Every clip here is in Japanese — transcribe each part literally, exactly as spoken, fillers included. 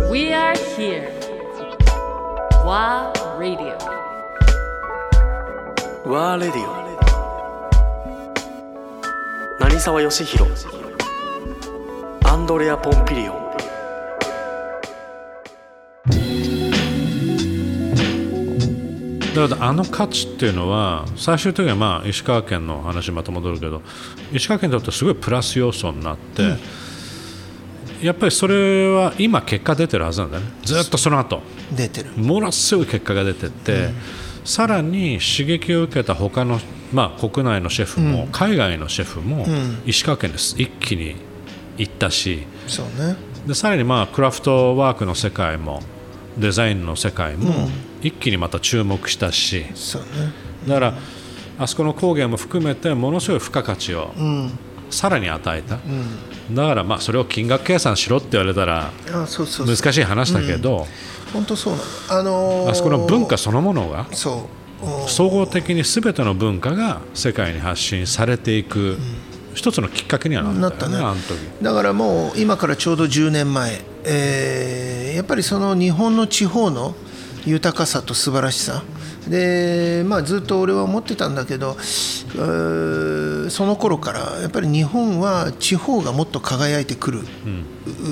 We are here. WA Radio. WA Radio。成沢義弘、アンドレア・ポンピリオン。 だからあの価値っていうのは最終的にはまあ石川県の話また戻るけど、石川県にとってすごいプラス要素になって、うん、やっぱりそれは今結果出てるはずなんだよね。ずっとその後出てる、 ものすごい結果が出てって、うん、さらに刺激を受けた他の、まあ、国内のシェフも、うん、海外のシェフも石川県です一気に行ったし、 そうね、 でさらにまあクラフトワークの世界もデザインの世界も一気にまた注目したし、 うん、そうね、 だからあそこの工芸も含めてものすごい付加価値をさらに与えた、うん、だからまあそれを金額計算しろって言われたら難しい話だけど、 本当そうなの、あのー、 あそこの文化そのものがそう総合的に全ての文化が世界に発信されていく、うん、一つのきっかけにはなったよね、あの時。 だからもう今からちょうどじゅうねんまえ、えー、やっぱりその日本の地方の豊かさと素晴らしさで、まあ、ずっと俺は思ってたんだけど、その頃からやっぱり日本は地方がもっと輝いてくる、うん、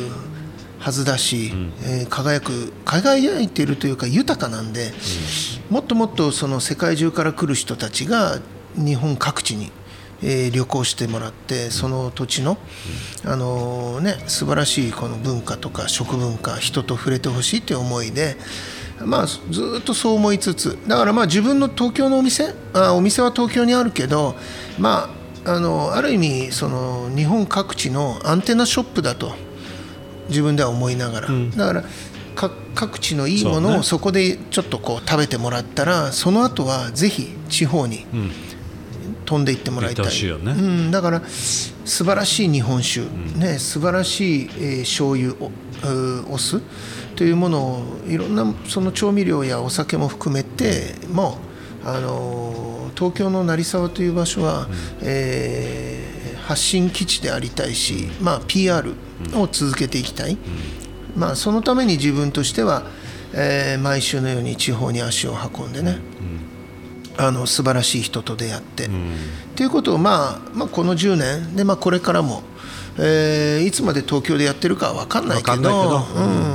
はずだし、うん、えー、輝く輝いているというか豊かなんで、うん、もっともっとその世界中から来る人たちが日本各地にえー、旅行してもらってその土地の、うん、あのーね、素晴らしいこの文化とか食文化人と触れてほしいという思いで、まあ、ずっとそう思いつつ、だからまあ自分の東京のお店あお店は東京にあるけど、まあ、あのある意味その日本各地のアンテナショップだと自分では思いながら、うん、だから各地のいいものをそこでちょっとこう食べてもらったら そ,、ね、その後はぜひ地方に、うん、飛んでいってもらいたい、 いね、 うん、だから素晴らしい日本酒、うんね、素晴らしい、えー、醤油 お, お酢というものをいろんなその調味料やお酒も含めてもう、あのー、東京の成沢という場所は、うん、えー、発信基地でありたいし、まあ、ピーアール を続けていきたい、うん、まあ、そのために自分としては、えー、毎週のように地方に足を運んでね、うん、あの素晴らしい人と出会って、うん、っていうことを、まあまあ、このじゅうねんで、まあ、これからも、えー、いつまで東京でやってるかは分かんないけど、うん、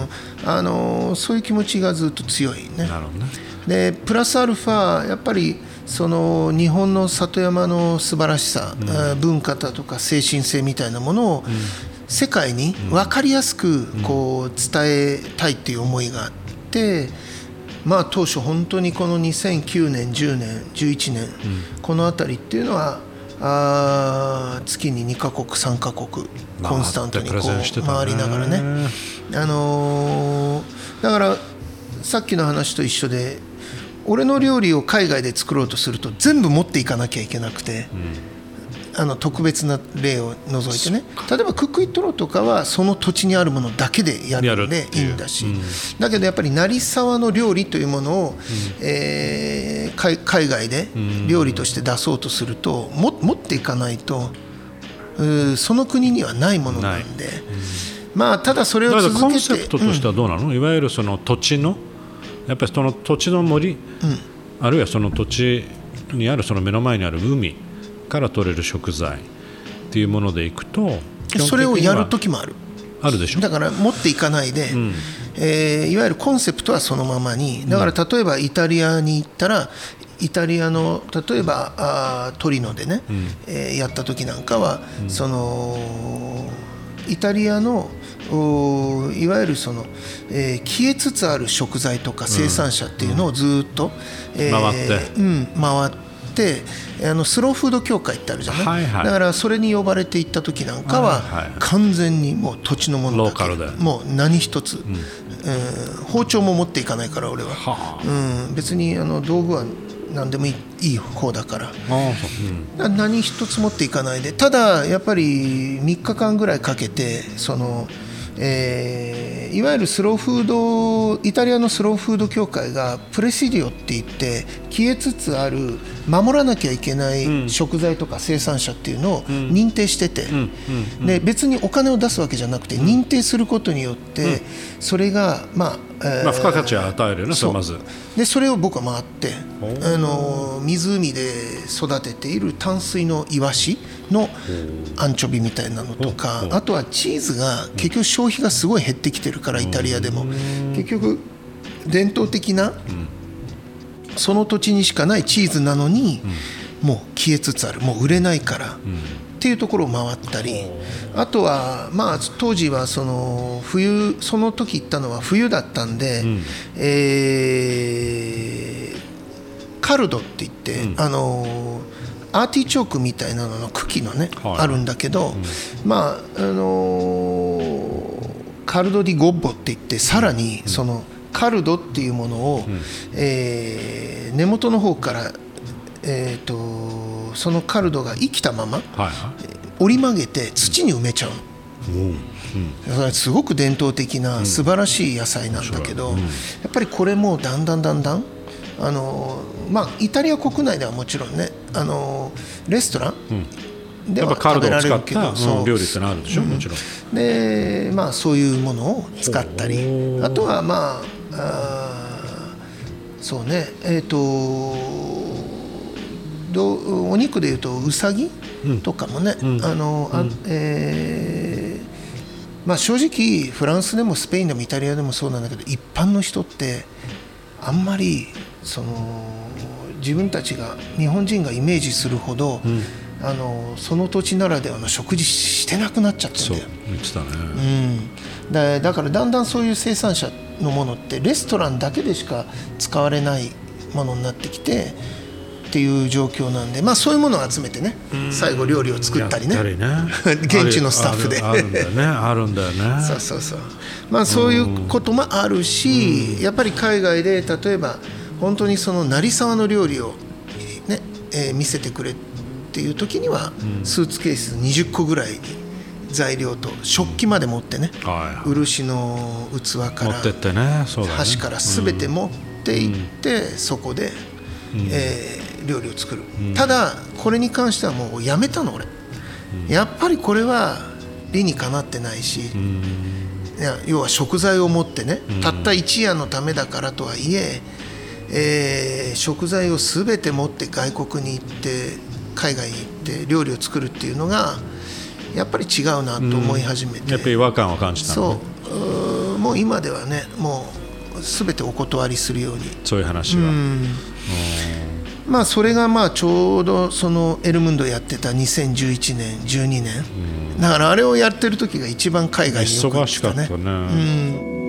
あのそういう気持ちがずっと強いね。 なるほどね。 でプラスアルファやっぱりその日本の里山の素晴らしさ、うん、文化だとか精神性みたいなものを、うん、世界に分かりやすくこう伝えたいっていう思いがあって、まあ、当初本当にこのにせんきゅうねんじゅうねんじゅういちねん、うん、この辺りっていうのはあ月ににカ国さんカ国コンスタントにこう回りながらね、あのー、だからさっきの話と一緒で俺の料理を海外で作ろうとすると全部持っていかなきゃいけなくて、うん、あの特別な例を除いてね、例えばクックイットローとかはその土地にあるものだけでやるのでいいんだし、うん、だけどやっぱり成沢の料理というものを、うん、えー、海外で料理として出そうとすると、も持っていかないとその国にはないものなんで、うん、まあただそれを続けて、 コンセプトとしてはどうなの、うん、いわゆるその土地のやっぱりその土地の森、うん、あるいはその土地にあるその目の前にある海から取れる食材っていうものでいくと、 それをやる時もあるあるでしょ。 だから持っていかないで、うん、えー、いわゆるコンセプトはそのままに、だから例えばイタリアに行ったらイタリアの例えばあトリノでね、うん、えー、やった時なんかは、うん、そのイタリアのいわゆるその、えー、消えつつある食材とか生産者っていうのをずっと、うん、 えー、回って、 うん、回ってあのスローフード協会ってあるじゃない、はいはい、だからそれに呼ばれていった時なんかは、はいはい、完全にもう土地のものだけ、ローカルでもう何一つ、うん、えー、包丁も持っていかないから俺は、はあ、うん、別にあの道具は何でもいい、いい方だから、あ、うん、何一つ持っていかないで、ただやっぱりみっかかんぐらいかけてそのえー、いわゆるスローフードイタリアのスローフード協会がプレシディオって言って消えつつある守らなきゃいけない食材とか生産者っていうのを認定してて、で別にお金を出すわけじゃなくて認定することによってそれがまあえーまあ、付加価値を与えるね、それまずでそれを僕は回ってあの湖で育てている淡水のイワシのアンチョビみたいなのとか、あとはチーズが結局消費がすごい減ってきてるからイタリアでも結局伝統的なその土地にしかないチーズなのにもう消えつつある、もう売れないからっていうところを回ったり、あとはまあ当時はその冬その時行ったのは冬だったんで、うんえー、カルドって言って、うん、あのアーティチョークみたいなのの茎のね、はい、あるんだけど、うん、まああのカルドディゴッボって言ってさらにそのカルドっていうものを、うんえー、根元の方からえー、とそのカルドが生きたまま、はいはい、折り曲げて土に埋めちゃう、うんうん、すごく伝統的な素晴らしい野菜なんだけど、うん、やっぱりこれもだんだんだんだんあの、まあ、イタリア国内ではもちろんねあのレストランでは食べられるけど、 やっぱカルドを使った、うん、料理ってのあるでしょ、うん、もちろんで、まあ、そういうものを使ったり、あとはまあ、あそうねえっ、ー、とお肉でいうとウサギとかもね、うんあのあえーまあ、正直フランスでもスペインでもイタリアでもそうなんだけど一般の人ってあんまりその自分たちが日本人がイメージするほど、うん、あのその土地ならではの食事してなくなっちゃってるんだよ。 そう言ってたね、 うん、だ, だからだんだんそういう生産者のものってレストランだけでしか使われないものになってきてっていう状況なんで、まあ、そういうものを集めてね最後料理を作ったり ね, りね現地のスタッフであるんだよねあるんだよねそうそうそう、まあ、そういうこともあるし、やっぱり海外で例えば本当にその成沢の料理を、ねえー、見せてくれっていう時にはスーツケースにじゅっこぐらいに材料と食器まで持ってね、うん、漆の器から持ってってね、そうだね、 箸から全て持っていって、うん、そこで、うんえー料理を作る、うん、ただこれに関してはもうやめたの俺、うん、やっぱりこれは理にかなってないし、うん、いや要は食材を持ってね、うん、たった一夜のためだからとはいええー、食材を全て持って外国に行って海外に行って料理を作るっていうのがやっぱり違うなと思い始めて、うん、 やっぱり違和感を感じたの、ね、 そうもう今ではねもう全てお断りするようにそういう話は、うんまあ、それがまあちょうどそのエルムンドやってたにせんじゅういちねんじゅうにねん、うん、だからあれをやってる時が一番海外によく行ってたね。 忙しかったね、うん